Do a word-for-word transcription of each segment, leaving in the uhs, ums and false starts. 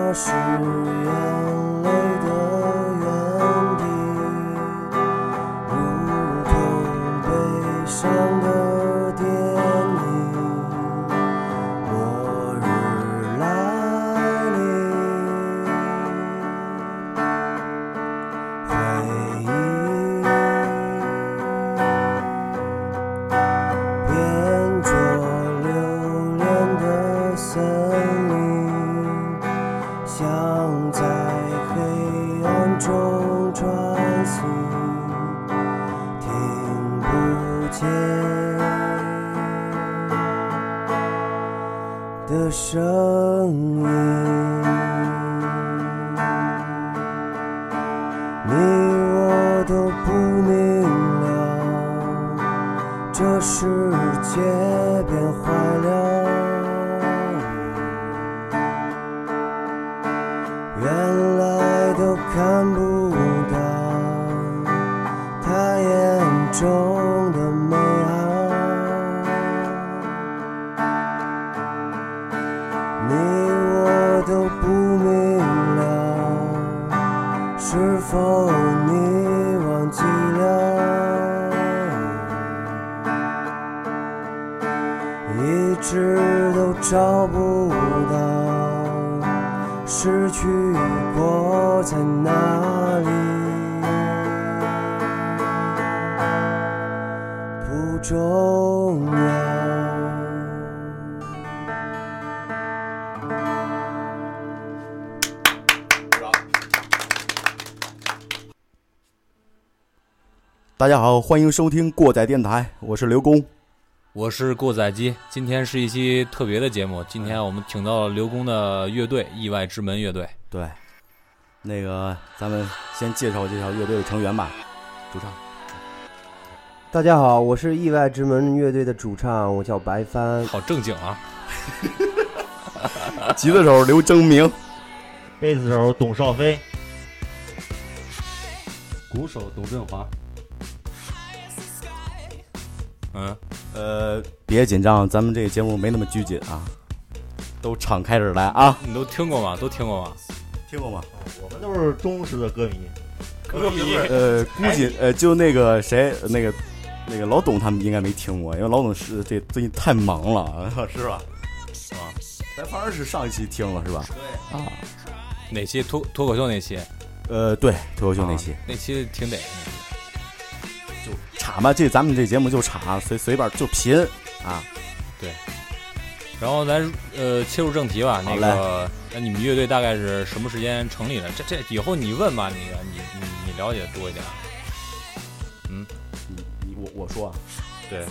那是眼泪的原地，如同悲伤的电影，末日来临，回忆变作留恋的森林，像在黑暗中穿行，听不见的声音。你我都不明了，这世界变坏了，原来都看不到他眼中的美好。你我都不明了，是否你忘记了，一直都找不到失去过在哪里，不重要。 大家好，欢迎收听过载电台，我是刘工， 我是过载机。今天是一期特别的节目，今天我们请到了刘工的乐队意外之门乐队。 对，那个咱们先介绍介绍乐队的成员吧。主唱， 大家好，我是意外之门乐队的主唱，我叫白帆。 好正经啊！ 吉他手刘征明， 贝斯手董少飞， 鼓手董振华。 嗯， 呃，别紧张，咱们这个节目没那么拘谨啊，都敞开着来啊。 你都听过吗？都听过吗？ 听过吗？ 我们都是忠实的歌迷。 歌迷， 呃，估计呃，就那个谁，那个那个老董他们应该没听过，因为老董是这最近太忙了，是吧？是吧？咱反正是上一期听了是吧？对啊， 哪期脱脱口秀那期？ 呃，对，脱口秀那期， 啊、那期挺得。 就插吧，这咱们这节目就插，随随便就拼啊。 对，然后咱呃切入正题吧。那个，那你们乐队大概是什么时间成立的？这这以后你问吧，那个你你你了解多一点。嗯， 你你我我说啊， 对。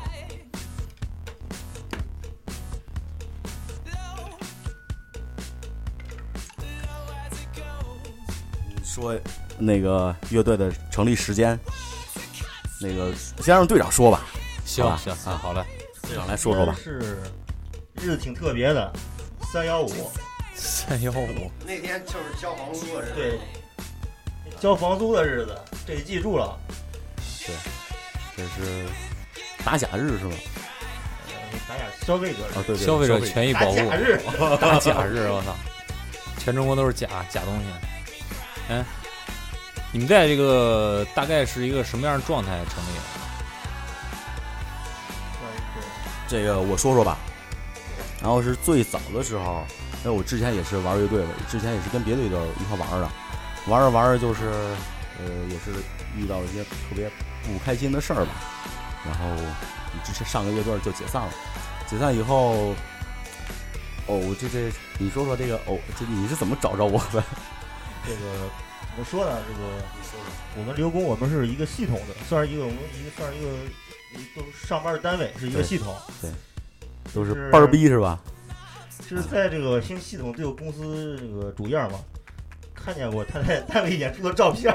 你说那个乐队的成立时间。那个先让队长说吧。 行行啊，好嘞， 队长来说说吧。 是日子挺特别的，三幺五， 三幺五那天就是交房租的日子。 对，交房租的日子，这个记住了。 对，这是打假日是吧？ 呃，打假消费者日。 哦，对对， 消费者权益保护。 打假日， 打假日，我操！全中国都是假假东西。嗯。你们在这个大概是一个什么样的状态成立的？ 这个我说说吧。然后是最早的时候，因为我之前也是玩乐队的，之前也是跟别的乐队一块玩的，玩着玩着就是，呃，也是遇到一些特别不开心的事儿吧。然后你之前上个乐队就解散了，解散以后，哦，这这你说说这个哦，这你是怎么找着我的？ 这个。怎么说呢？这个我们刘工，我们是一个系统的，算是一个我们一个算是一个都上班的单位，是一个系统。 对，对都是班儿逼是吧？ 是在这个新系统这个公司这个主页嘛，看见过他在单位演出的照片。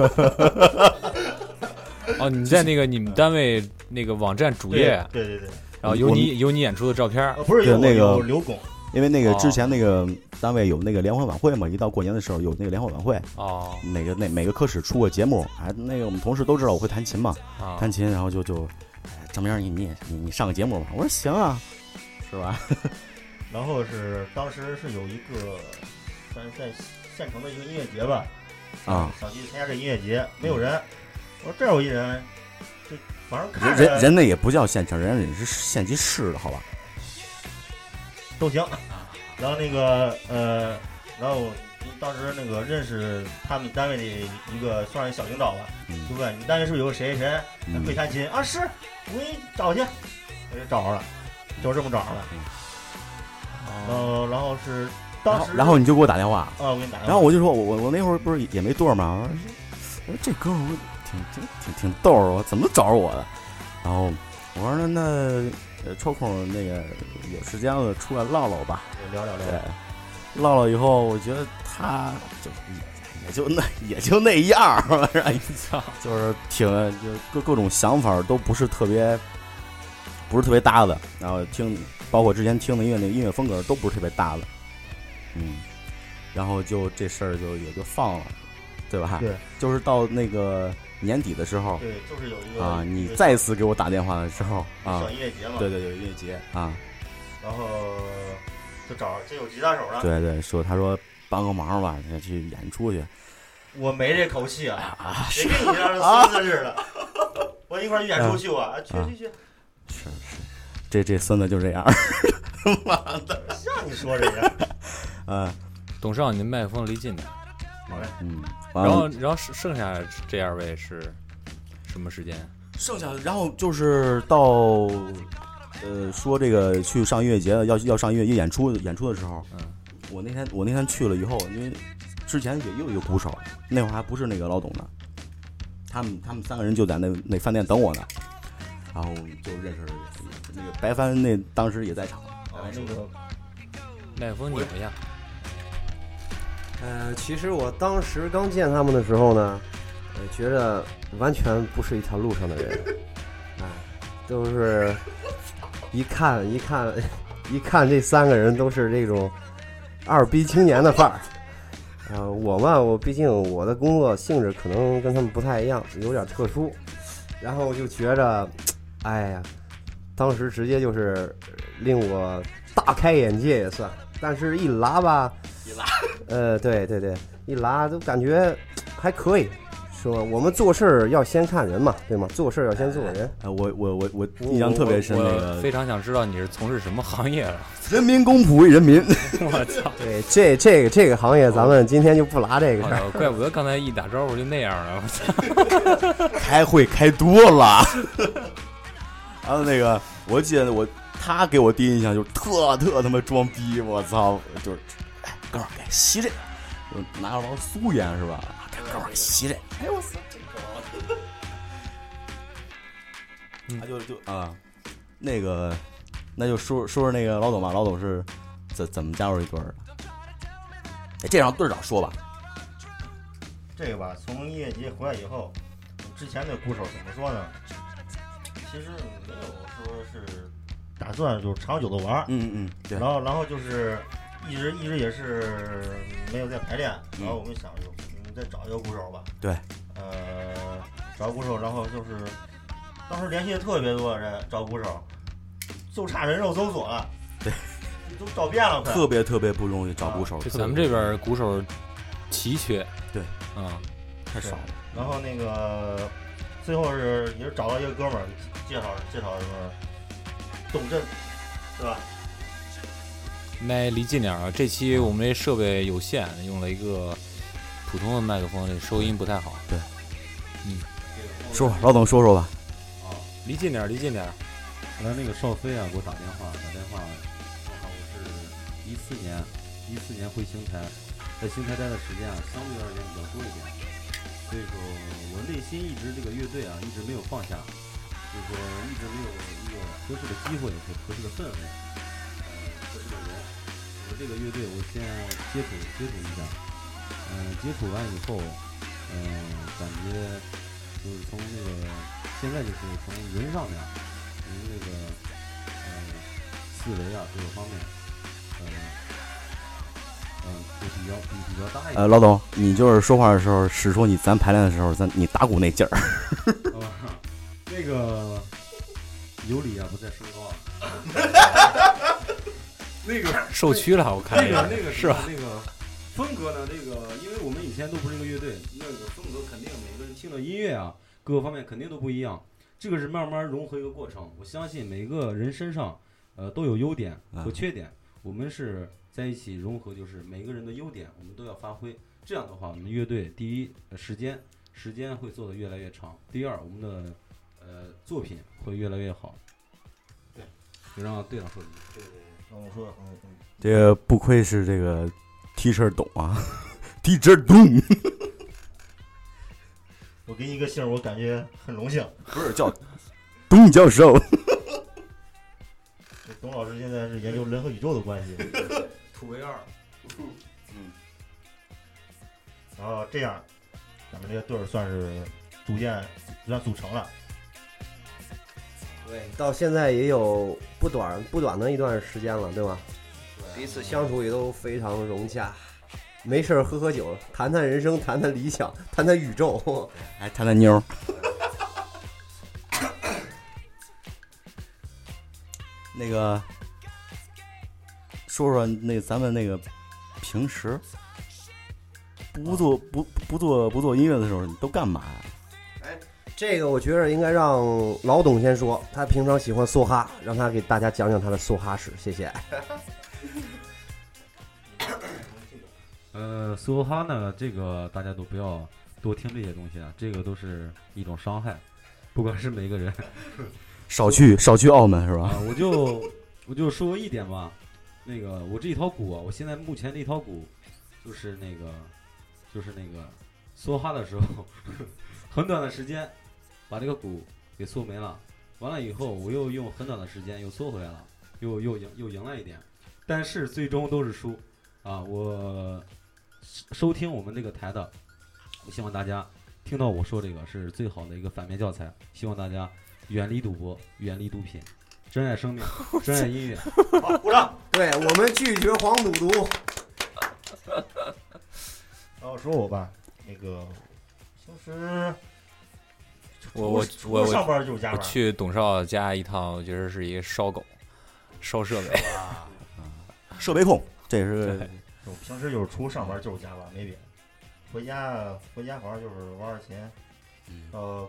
哦，你在那个你们单位那个网站主页， 对对 对, 对， 然后有你有你演出的照片， 呃、不是有那个有刘工。 因为那个之前那个单位有那个联欢晚会嘛，一到过年的时候有那个联欢晚会哦， 每个那每个科室出个节目，哎，那个我们同事都知道我会弹琴嘛， 哦、 弹琴，然后就就，哎，张明你你你你上个节目吧，我说行啊，是吧？ 然后是当时是有一个算在县城的一个音乐节吧， 啊， 想去参加这音乐节，没有人。我说这有一人，就反正看人人那也不叫县城，人家是县级市的，好吧？ 都行。然后那个呃，然后当时那个认识他们单位的一个算是小领导吧， 嗯、 就问你单位是不是有个谁谁谁会弹琴、嗯、啊？是，我给你找去，我就找着了，就这么找着了。嗯、然后然后是当时， 然后你就给我打电话啊，我给你打电话。 然后我就说我我我那会儿不是也没对嘛，我说我说这哥们儿挺挺挺挺逗儿，我怎么找着我的？然后我说那那呃抽空那个有时间了出来唠唠吧， 聊聊聊。 对，唠唠以后，我觉得他就也就那也就那样儿，就是挺就各各种想法都不是特别不是特别搭的，然后听包括之前听的音乐那个音乐风格都不是特别搭的，嗯，然后就这事儿就也就放了，对吧？ 对， 就是到那个年底的时候， 对，就是有一个啊，你再次给我打电话的时候啊， 小音乐节嘛， 对对对，音乐节啊， 然后就找这有吉他手了， 对对，说他说帮个忙吧，你去演出去。 我没这口气啊，啊谁跟你这孙子似的？我一块儿去演出去啊，去去去。 是是，这这孙子就这样，妈的， 像你说这样。 嗯， 董少，你的麦克风离近点。 好嘞， 嗯， 然后然后剩下这二位是什么时间？ 剩下然后就是到呃说这个去上音乐节要要上音乐节演出演出的时候，嗯，我那天我那天去了以后，因为之前也有一个鼓手，那会儿还不是那个老董呢，他们他们三个人就在那那饭店等我呢，然后就认识那个白帆，那当时也在场， 啊，那个麦克风拧一下。 呃，其实我当时刚见他们的时候呢，呃，觉得完全不是一条路上的人，哎、呃，都是一看一看一看这三个人都是这种二逼青年的范儿。呃，我嘛，我毕竟我的工作性质可能跟他们不太一样，有点特殊，然后就觉着，哎呀，当时直接就是令我大开眼界也算，但是一拉吧。 一拉， 呃，对对对，一拉都感觉还可以，是吧？我们做事儿要先看人嘛，对吗？做事儿要先做人。 哎，我我我我印象特别深，那个非常想知道你是从事什么行业了。 人民公仆为人民， 我操！ 对，这这个这个行业，咱们今天就不拉这个事儿、 哦。怪不得刚才一打招呼就那样了，我操！开会开多了。然后那个，我记得我他给我第一印象就是特特他妈装逼，我操，就是。哥们儿，给吸这，就拿了包苏烟是吧？给哥们儿给吸这，哎我操，这他就就啊，那个，那就说说说那个老董吧，老董是怎怎么加入一队的？哎，这让队长说吧。 这个吧，从音乐节回来以后，之前的鼓手怎么说呢？其实没有说是打算就是长久的玩， 嗯嗯，对。 然后然后就是。一直一直也是没有在排练，然后我们想就嗯再找一个鼓手吧。 对， 呃，找鼓手，然后就是当时联系的特别多的人找鼓手，就差人肉搜索了。 对， 都找遍了， 特别特别不容易找鼓手。 就咱们这边鼓手奇缺。 对， 嗯， 太少了。 然后那个最后是也是找到一个哥们儿介绍介绍什么董振，对吧？ 麦离近点啊！这期我们这设备有限，用了一个普通的麦克风，这收音不太好。 对， 嗯， 说老董说说吧。 啊，离近点，离近点。 后来那个邵飞啊给我打电话，打电话，正好我是一四年，一四年回邢台，在邢台待的时间啊，相对而言比较多一点，所以说我内心一直这个乐队啊一直没有放下，就是说一直没有一个合适的机会和合适的氛围。合适的人，我这个乐队我先接触接触一下，嗯、呃，接触完以后，嗯、呃，感觉就是从那个现在就是从人上面，从那个呃思维啊各个方面，呃，嗯、呃，就比较比比较大一点。 呃，老董，你就是说话的时候，使出你咱排练的时候，咱你打鼓那劲儿。 哦，那个有理啊，不在声高啊。那个受屈了，我看那个那个是吧？ 那个风格呢，这个因为我们以前都不是一个乐队，那个风格肯定每个人听的音乐啊，各个方面肯定都不一样。这个是慢慢融合一个过程。我相信每个人身上，呃，都有优点和缺点。我们是在一起融合，就是每个人的优点我们都要发挥。这样的话，我们乐队第一时间时间会做得越来越长，第二我们的呃作品会越来越好。对，就让队长说一句。 对对对，让我说，嗯嗯， 这个不愧是这个 teacher 懂啊，teacher 懂。 我给你一个姓，我感觉很荣幸。 不是叫董教授。 董老师现在是研究人和宇宙的关系。 土卫二。 嗯。然后这样，咱们这个队儿算是逐渐算组成了。 对，到现在也有不短不短的一段时间了，对吧？彼此相处也都非常融洽，没事喝喝酒，谈谈人生，谈谈理想，谈谈宇宙， 还谈谈妞。那个，说说那咱们那个平时不做不不做不做音乐的时候，你都干嘛呀？ 哎，这个我觉得应该让老董先说，他平常喜欢梭哈，让他给大家讲讲他的梭哈史，谢谢。 呃，梭哈呢，这个大家都不要多听这些东西啊，这个都是一种伤害，不管是每个人。 少去少去澳门是吧？ 啊，我就我就说一点吧，那个我这一套鼓啊，我现在目前这一套鼓，就是那个就是那个梭哈的时候，很短的时间把这个鼓给缩没了，完了以后我又用很短的时间又缩回来了，又又赢又赢了一点，但是最终都是输啊！我收听我们这个台的，我希望大家听到我说这个是最好的一个反面教材，希望大家远离赌博，远离毒品，珍爱生命，珍爱音乐。 好，鼓掌。 对，我们拒绝黄赌毒。 然后说我吧，那个平时我我除我了上班就是加我班。 去董少家一趟，我觉得是一个烧狗，烧设备。 设备控，这是我平时就是除了上班就是加班，没别的。回家回家反正就是玩点钱，呃，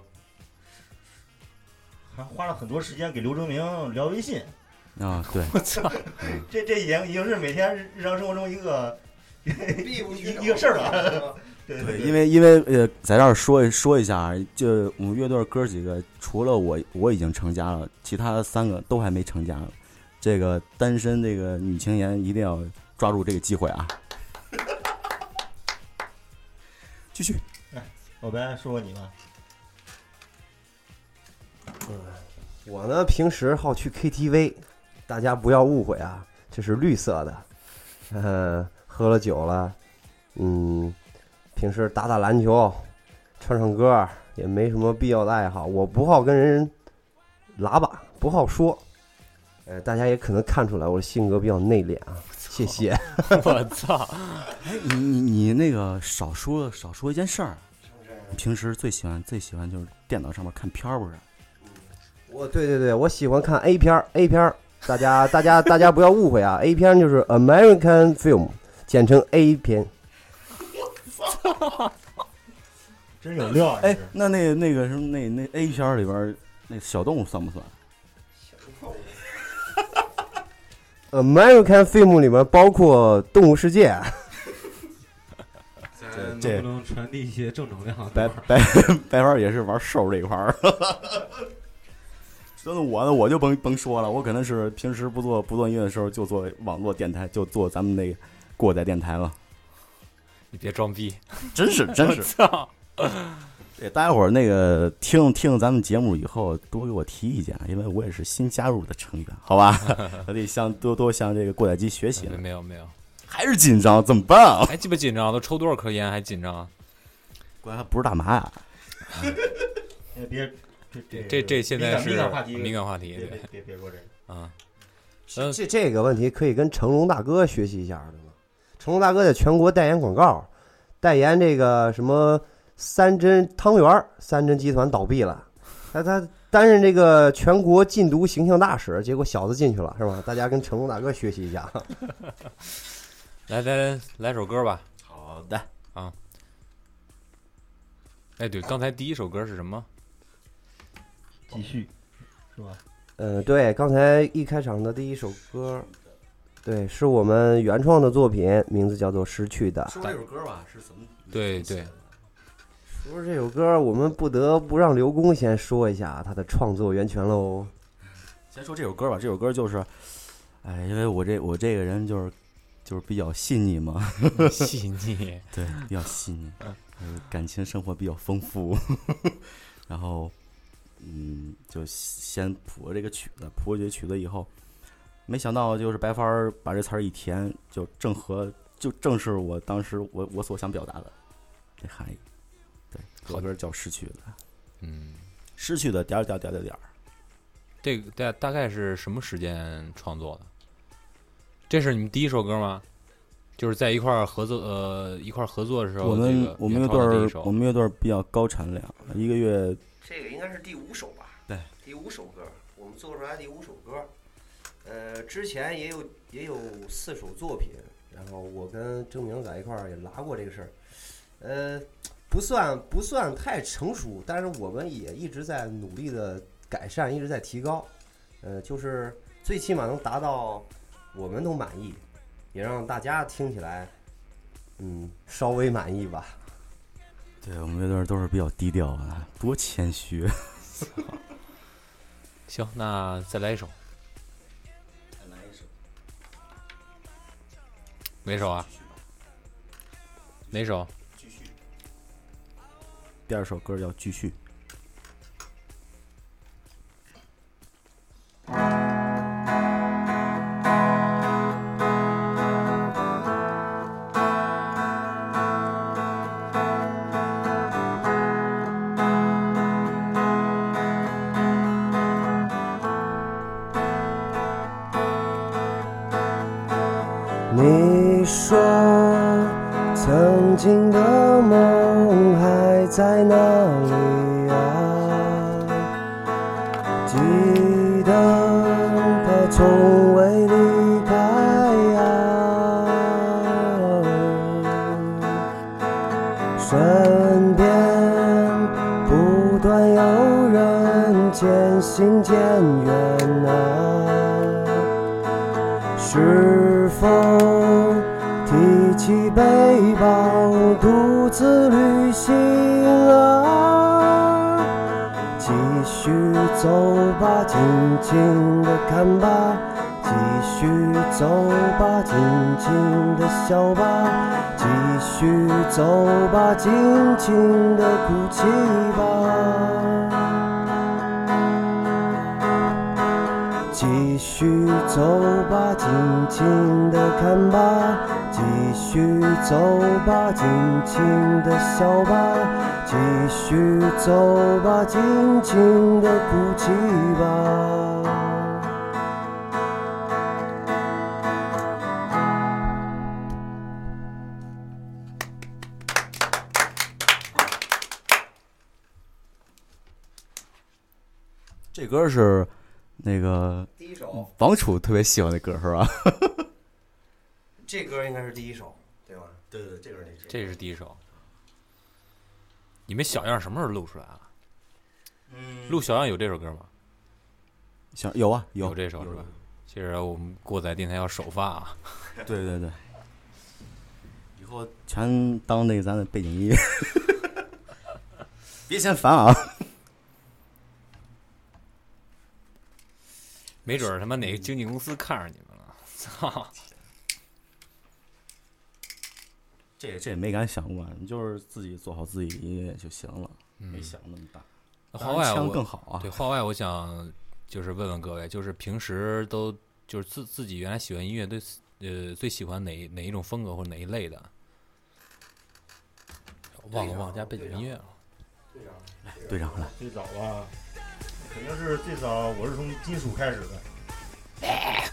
还花了很多时间给刘征明聊微信。 啊，对， 我操！ 这这已经已经是每天日常生活中一个必不一一个事儿了。对对， 对， 因为因为呃，在这儿说说一下，就我们乐队哥几个，除了我我已经成家了，其他三个都还没成家呢。这个单身这个女青年一定要抓住这个机会啊！继续， 老白说说你吧。 我呢，平时好去 K T V， 大家不要误会啊，这是绿色的。嗯，喝了酒了，嗯，平时打打篮球，唱唱歌，也没什么必要的爱好。我不好跟人喇叭，不好说。呃，大家也可能看出来我的性格比较内敛啊，谢谢。 我操！ 哎，你你你那个少说少说一件事儿，平时最喜欢最喜欢就是电脑上面看片儿，不是？ 我对对对，我喜欢看 A 片儿 ，A 片儿，大家大家大家不要误会啊 ，A 片就是 American film， 简称 A 片。 真有料啊！ 哎，那那那个什么那那 A 片儿里边那小动物算不算？ American film 里面包括动物世界。 能这不能传递一些正能量？ 白白白花也是玩兽这一块儿。真的，我呢我就甭甭说了，我可能是平时不做不做音乐的时候就做网络电台，就做咱们那个过载电台了。 你别装逼， 真是真是。 操！ 对，大家伙儿那个听听咱们节目以后，多给我提意见，因为我也是新加入的成员，好吧？我得向多多向这个过载机学习。 没有没有， 还是紧张，怎么办啊？ 还鸡巴紧张，都抽多少颗烟还紧张？ 关键还不是大麻呀。 别，这这这现在是敏感话题， 敏感话题， 别对别别说这个啊。 这这个问题可以跟成龙大哥学习一下的嘛？成龙大哥在全国代言广告，代言这个什么三珍汤圆，三珍集团倒闭了，他他担任这个全国禁毒形象大使，结果小子进去了，是吧？大家跟成龙大哥学习一下。 来来来，来首歌吧。 好的啊。哎，对，刚才第一首歌是什么？ 继续，是吧？ 呃，对，刚才一开场的第一首歌，对，是我们原创的作品，名字叫做《失去的》。 说这首歌吧，是怎么？ 对对。 说这首歌，我们不得不让刘工先说一下他的创作源泉喽。 先说这首歌吧，这首歌就是，哎，因为我这我这个人就是就是比较细腻嘛， 细腻， 对，比较细腻，呃，感情生活比较丰富，然后。嗯，就先谱了这个曲子，谱了这曲子以后，没想到就是白帆把这词儿一填，就正合，就正是我当时我我所想表达的这含义。对，歌歌叫失去的， 嗯， 失去的点儿点儿点儿点儿。 这个大大概是什么时间创作的？这是你们第一首歌吗？就是在一块儿合作，呃，一块儿合作的时候， 我们、 这个、 我们乐队我们乐队比较高产量，一个月。 这个应该是第五首吧？ 对， 第五首歌，我们做出来第五首歌。呃，之前也有也有四首作品，然后我跟郑明在一块儿也拉过这个事儿。呃，不算不算太成熟，但是我们也一直在努力的改善，一直在提高。呃，就是最起码能达到我们都满意，也让大家听起来，嗯，稍微满意吧。 对，我们乐队都是比较低调的，多谦虚。 行，那再来一首。 再来一首。 哪首啊？哪首？ 继续。第二首歌叫《继续》。 你说曾经的梦还在哪里啊？记得它从未离开啊，身边不断有人渐行渐远啊，是否提起背包独自旅行啊？继续走吧，静静地看吧，继续走吧，静静地笑吧，继续走吧，静静地哭泣吧。继续走吧，静静地看吧，继续走吧，静静地笑吧，继续走吧，静静地哭泣吧。 这歌是那个第一首， 王楚特别喜欢的歌是吧？ 这歌应该是第一首，对吧？ 对对，这歌是这是第一首。你们小样什么时候录出来啊？ 嗯， 录小样有这首歌吗？ 小有啊，有有这首是吧？其实我们过载电台要首发啊。 对对对，以后全当那个咱的背景音乐，别嫌烦啊。 没准儿他妈哪个经纪公司看上你们了，操！ 这这也没敢想过，你就是自己做好自己的音乐就行了，嗯、没想那么大。 话外我更好啊。 对，话外我想就是问问各位，就是平时都就是自自己原来喜欢音乐，对呃最喜欢哪哪一种风格或者哪一类的？忘了忘加背景音乐了。 队长，来，队长来。 最早吧。肯定是最早，我是从金属开始的，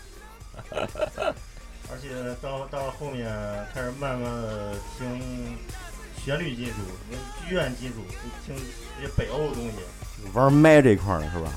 而且到到后面开始慢慢的听旋律金属、什么剧院金属，听这些北欧的东西。 玩麦这一块的是吧？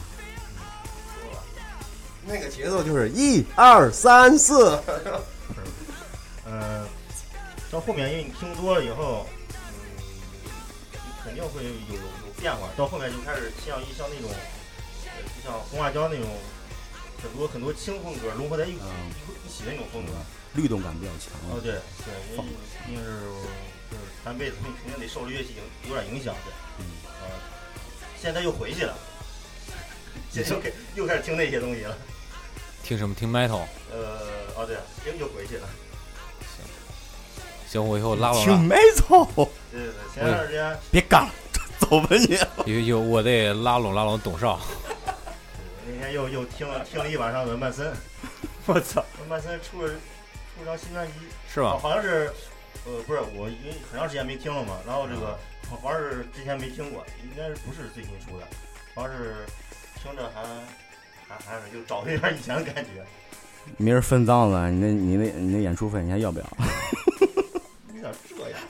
那个节奏就是一二三四。 嗯， 到后面因为你听多了以后，嗯，你肯定会有有有变化。到后面就开始像一像那种，呃，就像红辣椒那种很多很多轻风格融合在一、 嗯、 一起的那种风格， 律动感比较强。 哦，对对，因为毕竟是就是弹贝斯，你肯定得受了乐器有点影响的。 嗯啊、呃，现在又回去了，现在又开又开始听那些东西了。 听什么？听 metal。 呃，哦对，又又回去了。 行，我以后拉拢听没错。 对对对，前段时间别干了，走吧你。 有有，我得拉拢拉拢董少。 那天又又听了听了一晚上的曼森， 我操！ 曼森出了出了张新专辑， 是吧？ 好像是，呃，不是我，因为很长时间没听了嘛，然后这个好像是之前没听过，应该是不是最新出的，好像是听着还还还是就找回一点以前的感觉。 明儿分赃了，你那你那你那演出费你还要不要？ 你咋这样？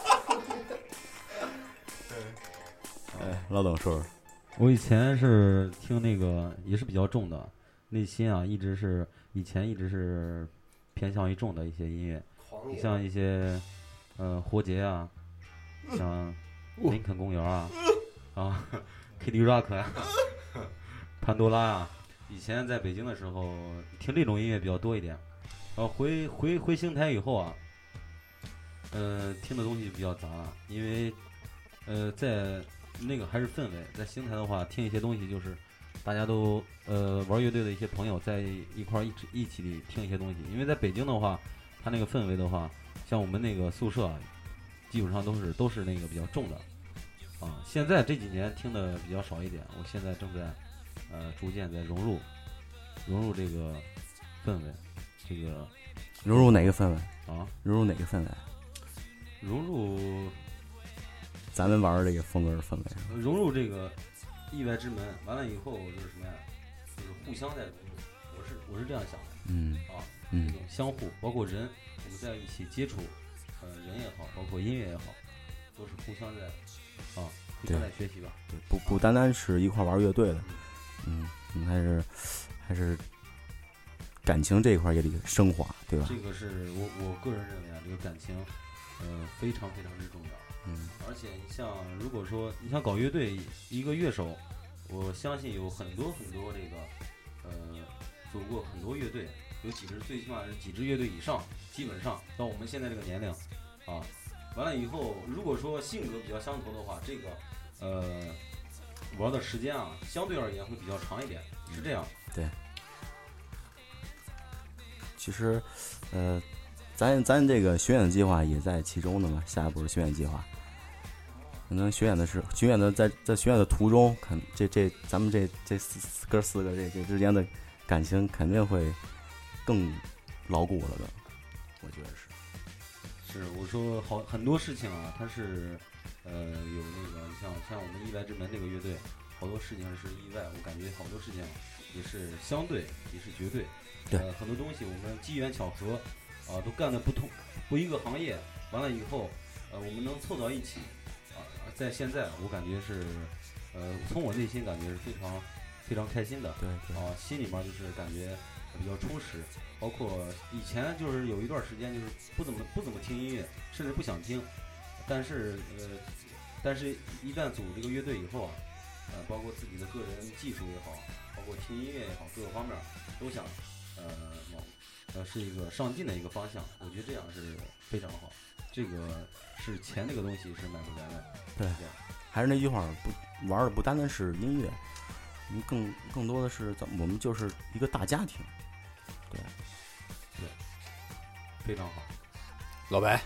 哎，老董说说。 我以前是听那个也是比较重的，内心啊一直是以前一直是偏向于重的一些音乐，像一些呃活结啊，像林肯公园啊，啊 K D Rock 啊，潘多拉啊。以前在北京的时候听这种音乐比较多一点，然后回回回邢台以后啊，呃听的东西比较杂，因为呃在那个还是氛围，在邢台的话听一些东西就是大家都呃玩乐队的一些朋友在一块儿一起一起听一些东西，因为在北京的话它那个氛围的话，像我们那个宿舍基本上都是都是那个比较重的啊。现在这几年听的比较少一点，我现在正在呃逐渐在融入融入这个氛围，这个融入哪个氛围啊？ 融入哪个氛围？ 融入咱们玩这个风格的氛围， 融入这个意外之门，完了以后就是什么呀？就是互相在融入。我是我是这样想的。 嗯啊， 嗯这种相互，包括人，我们在一起接触，呃，人也好，包括音乐也好，都是互相在啊，互相在学习吧。 对，不不单单是一块玩乐队的，嗯，嗯还是还是感情这一块也得升华，对吧？ 这个是我我个人认为啊，这个感情，呃，非常非常之重要。 嗯， 而且你像如果说你想搞乐队，一个乐手，我相信有很多很多这个，呃，组过很多乐队，有几支最起码是几支乐队以上，基本上到我们现在这个年龄，啊，完了以后，如果说性格比较相投的话，这个，呃，玩的时间啊，相对而言会比较长一点，是这样。 对。其实，呃，咱咱这个巡演的计划也在其中的嘛，下一步是巡演计划。可能巡演的是巡演的在在巡演的途中，肯这这咱们这这四哥四个这这之间的感情肯定会更牢固了的，我觉得是。 是，我说好很多事情啊，它是呃有那个像像我们意外之门这个乐队，好多事情是意外，我感觉好多事情也是相对，也是绝对。 对， 呃，很多东西我们机缘巧合啊、呃，都干的不同不一个行业，完了以后，呃，我们能凑到一起啊、呃，在现在我感觉是，呃，从我内心感觉是非常非常开心的。 对对啊、呃，心里面就是感觉比较充实。包括以前就是有一段时间就是不怎么不怎么听音乐，甚至不想听，但是呃，但是一旦组这个乐队以后啊，呃，包括自己的个人技术也好，包括听音乐也好，各个方面都想。呃，呃，是一个上进的一个方向，我觉得这样是非常好。这个是钱这个东西是买不来的。 对，还是那句话，不玩的不单单是音乐，我们更更多的是咱我们就是一个大家庭。对， 对，非常好。 老白，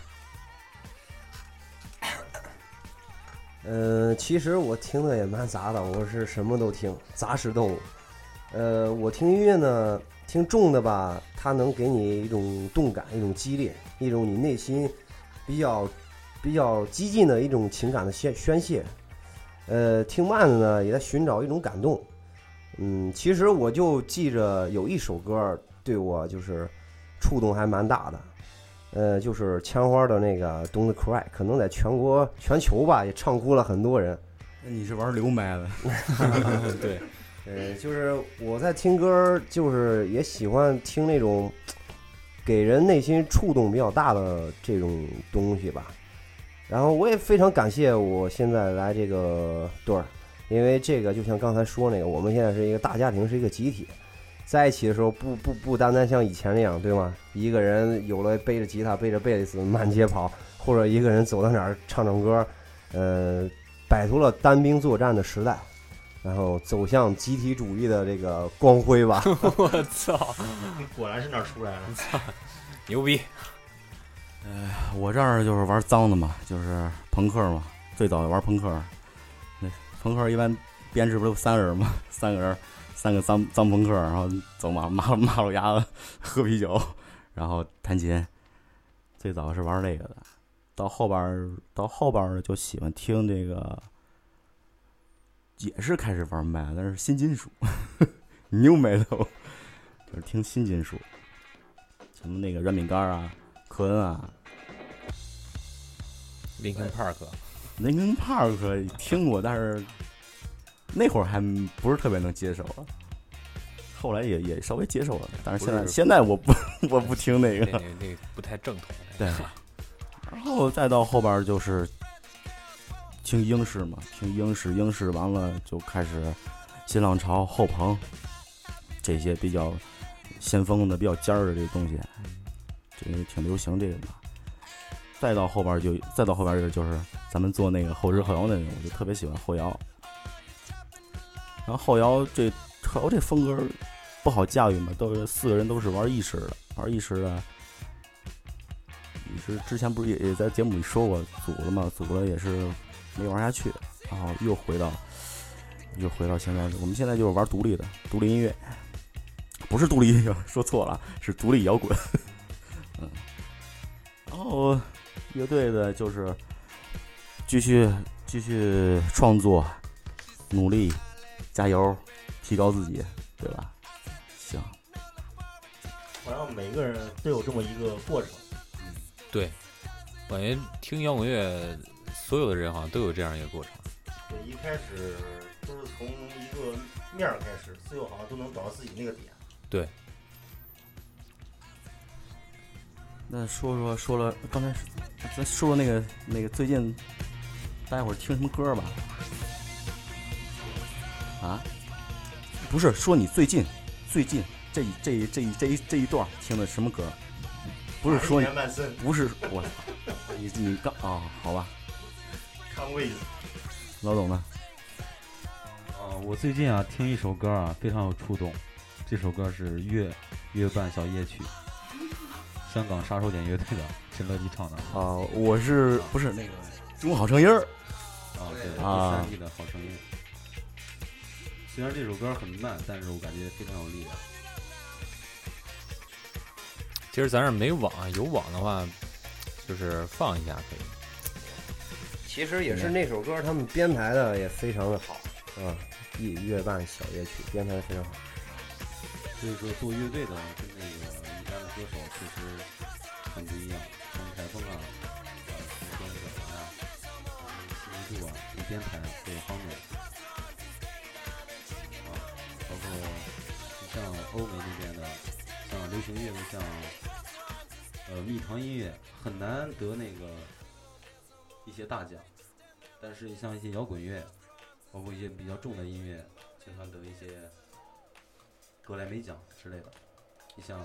呃，其实我听的也蛮杂的，我是什么都听，杂食动物。呃，我听音乐呢。听重的吧，它能给你一种动感，一种激烈，一种你内心比较比较激进的一种情感的宣宣泄。呃，听慢的呢，也在寻找一种感动。嗯，其实我就记着有一首歌对我就是触动还蛮大的，呃，就是枪花的那个 Don't Cry， 可能在全国全球吧也唱哭了很多人。 那你是玩流麦的？ 对。 呃，就是我在听歌，就是也喜欢听那种给人内心触动比较大的这种东西吧。然后我也非常感谢我现在来这个队儿，因为这个就像刚才说那个，我们现在是一个大家庭，是一个集体，在一起的时候不不不单单像以前那样，对吗？一个人有了背着吉他背着贝斯满街跑，或者一个人走到哪儿唱唱歌，呃，摆脱了单兵作战的时代，然后走向集体主义的这个光辉吧。 我操， 果然是那儿出来了， 操，牛逼！ 呃，我这儿就是玩脏的嘛，就是朋克嘛，最早玩朋克。那朋克一般编制不都三个人嘛，三个人，三个脏脏朋克，然后走马马马路牙子喝啤酒，然后弹琴。最早是玩这个的，到后边到后边就喜欢听这个，也是开始玩麦，但是新金属，New Metal， 就是听新金属，什么那个软饼干啊。科恩啊， 林肯 Park， 林肯 Park 听过，但是那会儿还不是特别能接受了，后来也也稍微接受了，但是现在现在我不我不听那个， 那那那不太正统。 对，然后再到后边就是听英式嘛，听英式，英式完了就开始新浪潮、后朋这些比较先锋的、比较尖儿的这些东西。这个挺流行这个吧，再到后边就再到后边就是咱们做那个后知后摇那种，我就特别喜欢后摇。然后后摇这后摇这风格不好驾驭嘛，都是四个人都是玩意式的，玩意式的。也是之前不是也也在节目里说过组了嘛，组了也是没玩下去，然后又回到又回到现在，我们现在就是玩独立的独立音乐，不是独立音乐，说错了，是独立摇滚。嗯，然后乐队的就是继续继续创作，努力，加油，提高自己，对吧？行。 好像每个人都有这么一个过程。 嗯，对，我感觉听摇滚乐，所有的人好像都有这样一个过程。 对，一开始都是从一个面儿开始，最后好像都能找到自己那个点。 对。 那说说说了，刚才咱说说那个那个最近，大家伙儿听什么歌吧？啊？不是说你最近最近这一这一这一这一这一段听的什么歌？不是说你不是我，你你刚啊、哦？好吧。 看位置。 老董呢？ 啊，我最近啊听一首歌啊非常有触动，这首歌是月月半小夜曲。香港杀手锏乐队的陈乐基唱的啊，我是不是那个中国好声音儿啊？对啊， 第三季的好声音。虽然这首歌很慢，但是我感觉非常有力量。 其实咱这没网，有网的话，就是放一下可以。 其实也是那首歌，他们编排的也非常的好啊，一月半小夜曲编排的非常好。 所以说做乐队的跟那个一般的歌手确实很不一样，像台风啊、呃、跟葛兰啊、新一度啊、跟编排都有方面啊，包括像欧美那边的，像流行乐的，像呃蜜糖音乐很难得那个一些大奖，但是像一些摇滚乐，包括一些比较重的音乐，经常得一些格莱美奖之类的。你像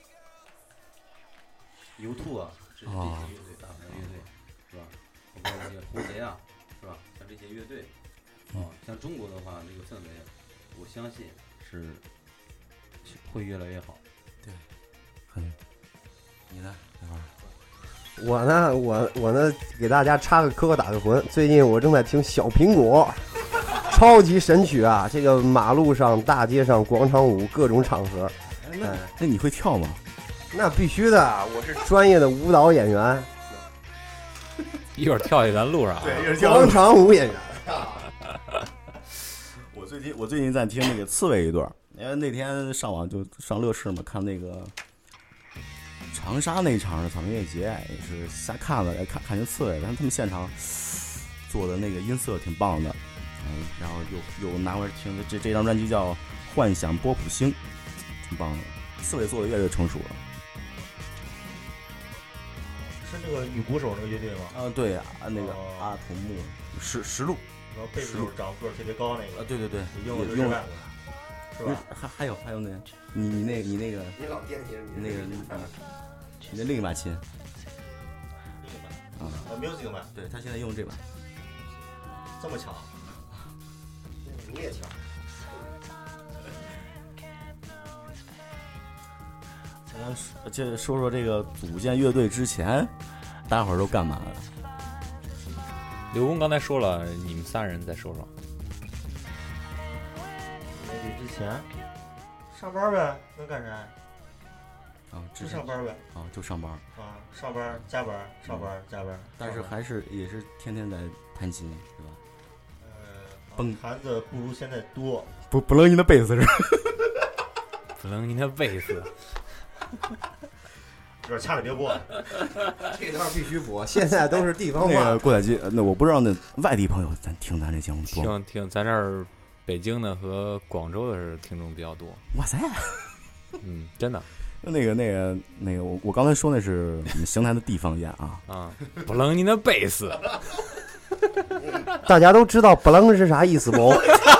U 二 啊，这是这些乐队，大牌乐队，是吧？包括一些胡杰啊，是吧？像这些乐队，啊，像中国的话，这个氛围，我相信是会越来越好。 对，很。你呢？这会儿。 我呢，我我呢，给大家插个科打个魂。最近我正在听小苹果，超级神曲啊！这个马路上、大街上、广场舞各种场合。 哎，那那你会跳吗？ 那必须的，我是专业的舞蹈演员。 一会儿跳起咱路上啊！ 对，一会儿跳广场舞演员。 我最近我最近在听那个刺猬一段，因为那天上网就上乐视嘛，看那个。长沙那场是草莓音乐节，也是瞎看了，看看见刺猬，但是他们现场做的那个音色挺棒的，嗯，然后又又拿回来听这这张专辑叫《幻想波普星》，挺棒的。刺猬做的越来越成熟了。 那个女鼓手那个乐队吗？ 啊，对呀、啊，那个哦阿童木石石路然后贝斯手长个儿特别高那啊， 个， 对对对， 你用的也用是外是吧？ 还还有还有那个，你你那你那个你老惦记着那个啊，你的另一把琴啊， 呃，music man 对他现在用这把， 这么强， 你也强。 咱这说说这个组建乐队之前，大伙儿都干嘛的？ 刘工刚才说了，你们仨人再说说。 乐队之前上班呗，能干啥？ 啊， 就上班呗， 啊，就上班。 啊，上班加班，上班加班。 但是还是也是天天在弹琴，是吧？ 呃， 蹦弹的不如现在多。 不不扔你的贝斯是吧？ 不能你那贝斯， 这段掐了别播。 这段必须播，现在都是地方那话个。郭采洁，那我不知道那外地朋友咱听咱这节目多吗？ 听听咱这儿北京的和广州的是听众比较多。 哇塞！ 嗯，真的那个那个那个，我我刚才说那是我们邢台的地方言啊。 啊，不能你那贝斯， 大家都知道不楞是啥意思不？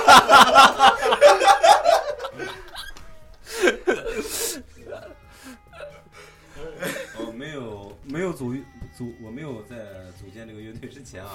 哦，没有没有组组，我没有在组建这个乐队之前啊，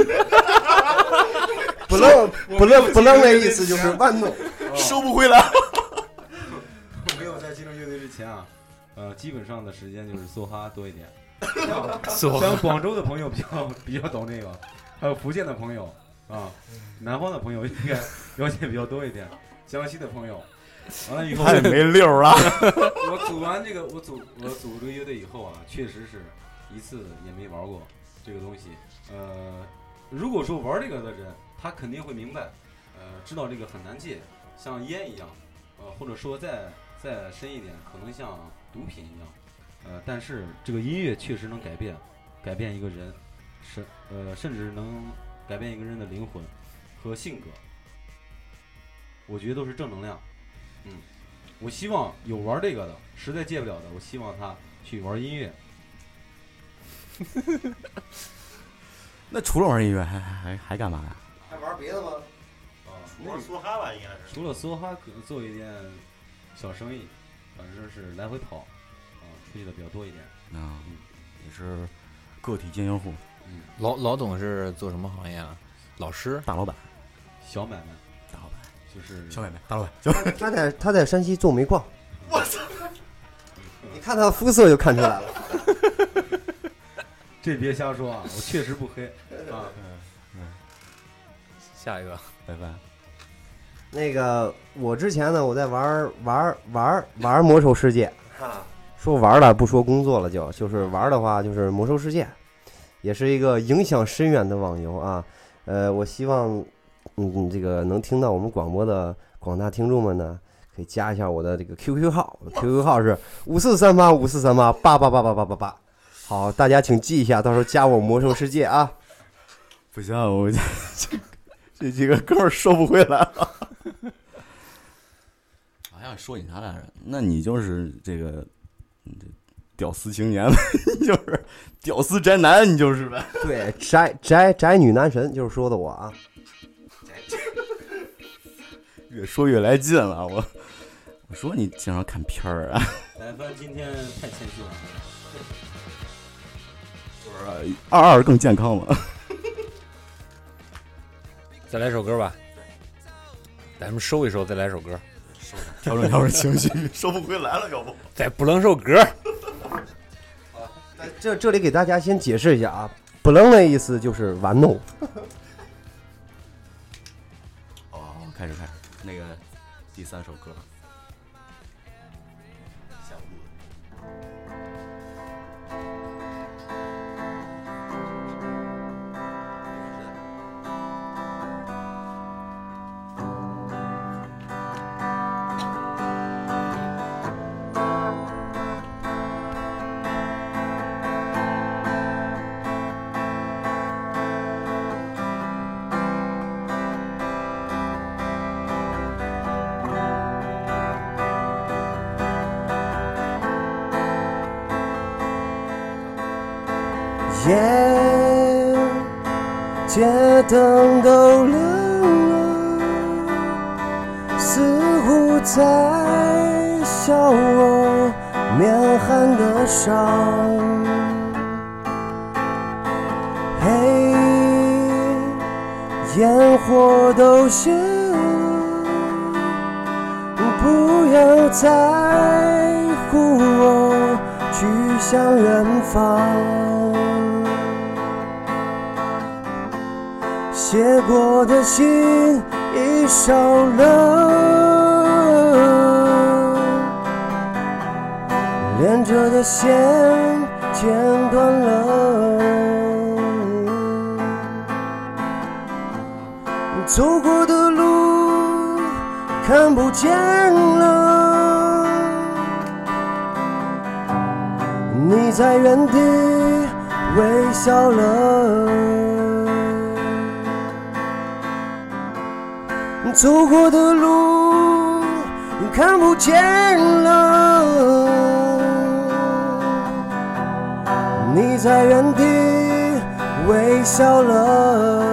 不楞不楞不楞的意思就是玩弄。 收不回来。 我没有在进入乐队之前啊，呃，基本上的时间就是梭哈多一点。 说像广州的朋友比较比较懂这个，还有福建的朋友啊，南方的朋友应该了解比较多一点，江西的朋友。完了以后， 太没溜儿了。 我组完这个，我组我组这个乐队以后啊，确实是一次也没玩过这个东西。呃，如果说玩这个的人，他肯定会明白，呃，知道这个很难戒，像烟一样，呃，或者说再再深一点，可能像毒品一样。呃，但是这个音乐确实能改变，改变一个人，甚呃甚至能改变一个人的灵魂和性格。我觉得都是正能量。嗯，我希望有玩这个的，实在戒不了的，我希望他去玩音乐。 那除了玩音乐，还还还还干嘛呀？ 还玩别的吗？ 啊， 玩梭哈吧，应该是。 除了梭哈，可能做一点小生意，反正是来回跑，啊，出去的比较多一点。 啊，也是个体经营户， 嗯， 老老董是做什么行业啊？老师， 大老板， 小买卖大老板， 就是小买卖，大老板。 他他在他在山西做煤矿。我操！你看他的肤色就看出来了。 这别瞎说啊，我确实不黑啊。 下一个拜拜。 那个我之前呢，我在玩玩玩玩魔兽世界啊，说玩了不说工作了就，就是玩的话就是魔兽世界，也是一个影响深远的网游啊。呃，我希望嗯这个能听到我们广播的广大听众们呢，可以加一下我的这个 Q Q 号，我的 Q Q 号是五四三八五四三八八八八八八八八。好，大家请记一下，到时候加我魔兽世界啊。 不行，我这这几个哥们儿收不回来了。好像说你啥来着？那你就是这个，你这屌丝青年，你就是屌丝宅男，你就是呗。 对，宅宅宅女男神就是说的我啊。 越说越来劲了，我我说你经常看片儿啊。 来帆今天太谦虚了。 就是二二更健康嘛。 再来首歌吧，咱们收一收，再来首歌， 调整调整情绪，收不回来了，要不再不能首歌。 这这里给大家先解释一下啊，不楞的意思就是玩弄。 哦，开始开始，那个第三首歌。下午录的。 我夜街灯都亮了，似乎在笑我面寒的伤。嘿，烟火都熄了，不要在乎我去向远方。写过的信已烧了，连着的线剪断了，走过的路看不见了，你在原地微笑了，走过的路看不见了，你在原地微笑了。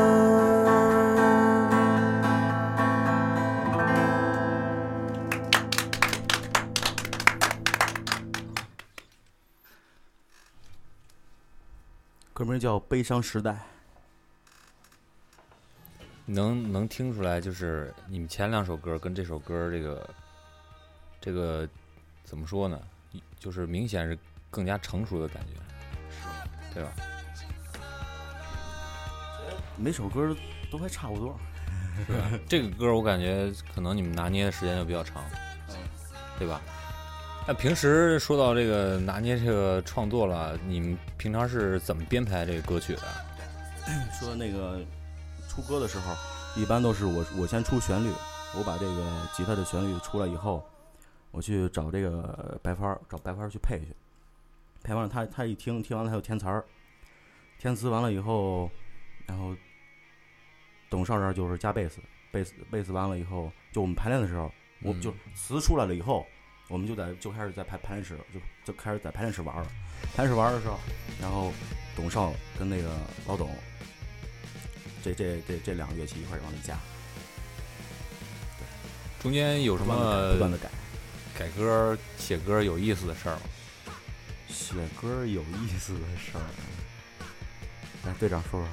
歌名叫《悲伤时代》。 能能听出来，就是你们前两首歌跟这首歌这个这个怎么说呢？就是明显是更加成熟的感觉，对吧？ 每首歌都还差不多， 是吧？这个歌我感觉可能你们拿捏的时间就比较长，对吧？那平时说到这个拿捏这个创作了，你们平常是怎么编排这个歌曲的？ 说那个出歌的时候，一般都是我我先出旋律，我把这个吉他的旋律出来以后，我去找这个白帆，找白帆去配去，配完了他他一听听完了他就填词儿，填词完了以后，然后等上这儿就是加贝斯，贝斯贝斯完了以后，就我们排练的时候，我就词出来了以后。我们就在就开始在排排练室就就开始在排练室玩了，排练室玩的时候，然后董少跟那个老董，这这这这两个乐器一块儿往里加。 对，中间有什么不断的改改歌写歌有意思的事儿吗？ 写歌有意思的事儿，来队长说说。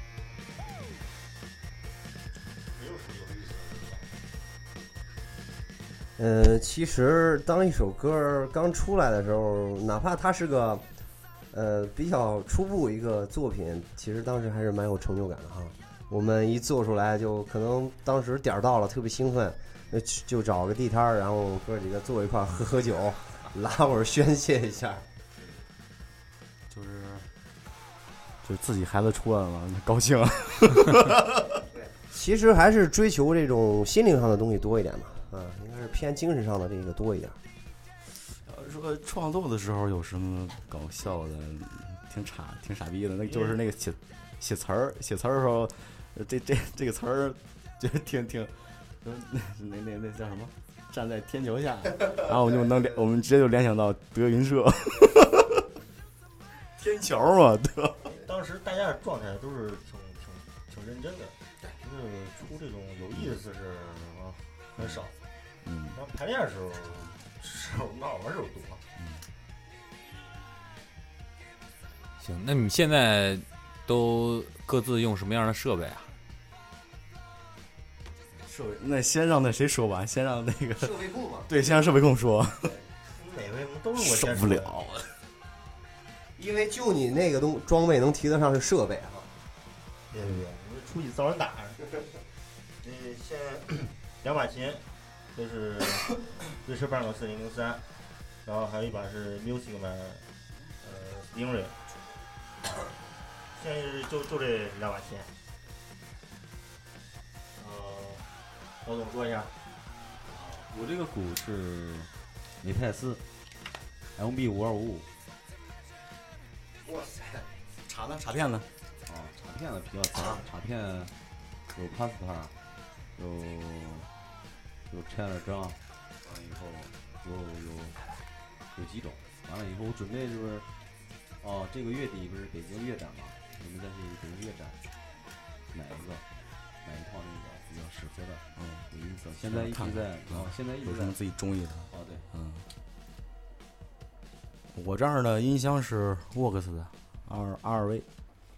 呃，其实当一首歌刚出来的时候，哪怕它是个呃比较初步一个作品，其实当时还是蛮有成就感的哈。我们一做出来，就可能当时点儿到了，特别兴奋，就找个地摊儿，然后哥几个坐一块儿喝喝酒，拉会儿宣泄一下。 就是就是自己孩子出来了嘛，高兴。 其实还是追求这种心灵上的东西多一点嘛。啊，应该是偏精神上的这个多一点。 呃，说创作的时候有什么搞笑的，挺傻挺傻逼的，那就是那个写写词儿，写词儿的时候，这这这个词儿就挺挺，那那那那叫什么？站在天桥下，然后我们就能联，我们直接就联想到德云社，天桥嘛，对。 当时大家的状态都是挺挺挺认真的，就是出这种有意思的事啊很少。嗯，然后排练的时候，时候闹玩时候多。嗯， 行，那你现在都各自用什么样的设备啊？ 设备，那先让那谁说完，先让那个设备控嘛。 对，先让设备控说。 每回都是我受不了， 因为就你那个东装备能提得上是设备哈。 对对对，你出去遭人打。呃，现在两把琴。这是瑞士半口四零零三，然后还有一把是 Music Man， 呃 Stingray， 现在是就就这两把琴。呃，老总说一下。 我这个鼓是美泰斯 M B 五二五五。 哇塞， 插呢？插片呢？ 啊，插片的比较杂，插片有帕斯塔，有。有拆了章，完了以后有有有几种，完了以后我准备就是哦，这个月底不是北京乐展吗？我们再去北京乐展买一个，买一套那个比较适合的，嗯，有音色。现在一直在，哦，现在一直在有什么自己中意的？ 哦，对， 嗯。我这儿的音箱是 Vox 的 R R V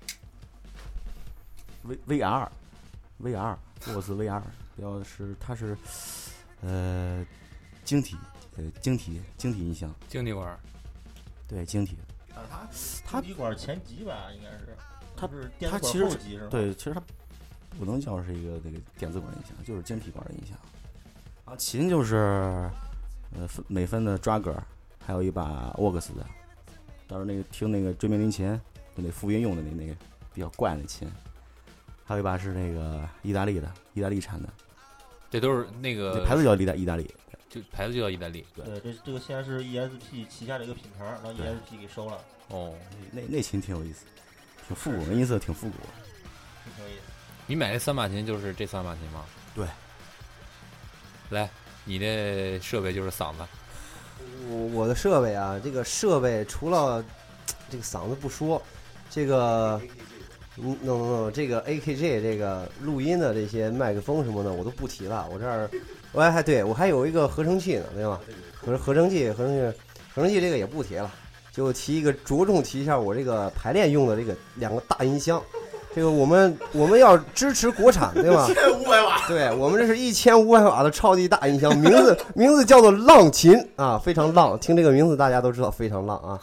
V V R V R Vox V R， 标是它是呃晶体呃晶体晶体音箱， 晶体管， 对晶体。 啊，它它底管前级吧，应该是它是电子它其实管后级是吧？ 对，其实它不能叫是一个那个电子管音箱，就是晶体管的音箱。啊，琴就是呃美分的 Drager， 还有一把 Vox 的。到时候那个听那个追命林琴，就那复音用的那那个比较怪的琴，还有一把是那个意大利的，意大利产的， 这都是那个牌子叫意大意大利， 就牌子就叫意大利。 对，这这个现在是 E S P 旗下的一个品牌，让 E S P 给收了。 哦， 那那琴挺有意思，挺复古，音色挺复古， 挺有意思。 你买这三把琴就是这三把琴吗？ 对。 来，你的设备就是嗓子。 我我的设备啊，这个设备除了这个嗓子不说，这个嗯 no no no 这个 A K G 这个录音的这些麦克风什么的我都不提了，我这儿我还对我还有一个合成器呢，对吧？合合成器合成器合成器这个也不提了，就提一个着重提一下我这个排练用的这个两个大音箱。这个我们我们要支持国产，对吧？一千五百瓦，对我们这是一千五百瓦的超级大音箱，名字名字叫做浪琴啊，非常浪，听这个名字大家都知道非常浪啊。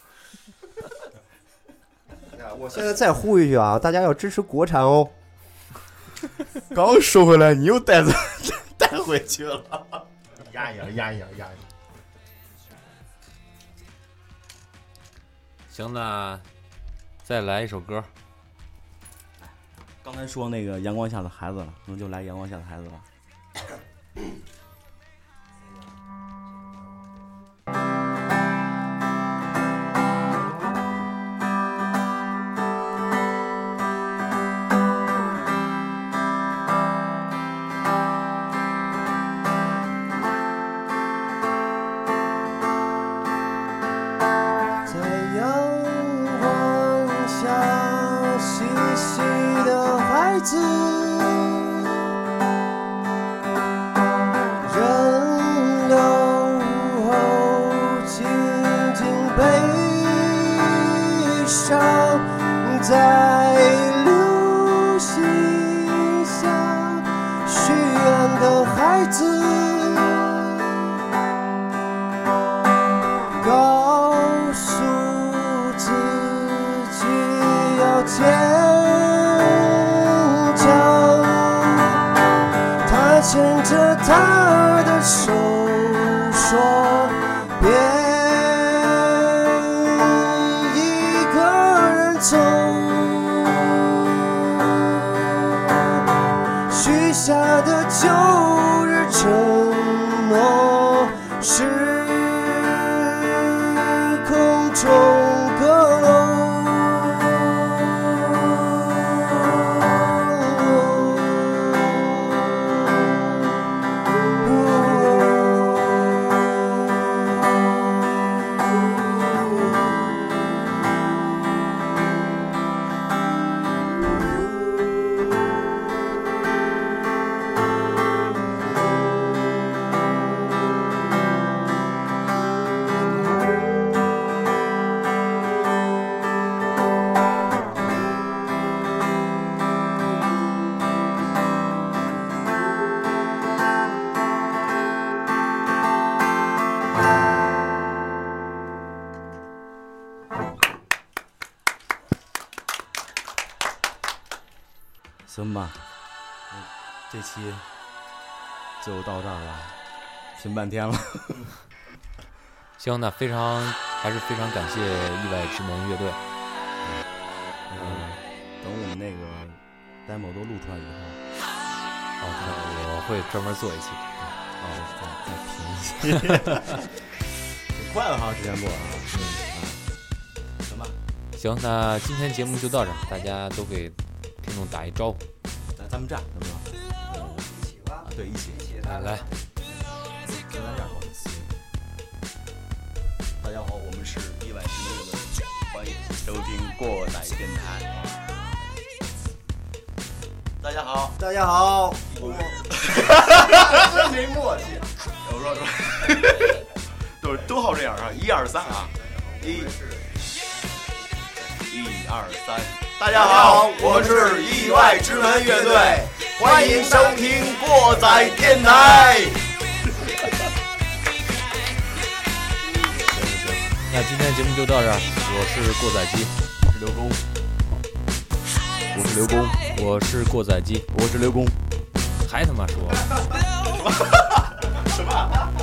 我现在再呼一句啊，大家要支持国产哦。 刚收回来，你又带走带回去了， 压一压，压一压，压一压。 行，那再来一首歌。 刚才说那个阳光下的孩子了，那就来阳光下的孩子吧。行吧，这期就到这儿了，拼半天了。 行，那非常还是非常感谢意外之门乐队。 嗯，等我们那个 demo 都录出来以后， 哦，我会专门做一期， 哦，再再评一期，挺快的哈，时间过啊。嗯啊，行吧。 行，那今天节目就到这儿，大家都给听众打一招呼。 咱咱们这样，能不能？ 一起吧。 啊，对，一起。 来来， 就咱这样说。大家好，我们是意外之乐的，欢迎。 过载电台。大家好， 大家好， 我真没默契。我说说，都是都好这样啊！一二三啊，一，一二三。大家好，我是意外之门乐队，欢迎收听过载电台。 那今天节目就到这儿，我是过载机， 我是刘工，我是刘工， 我是过载机， 我是刘工， 还他妈说什么？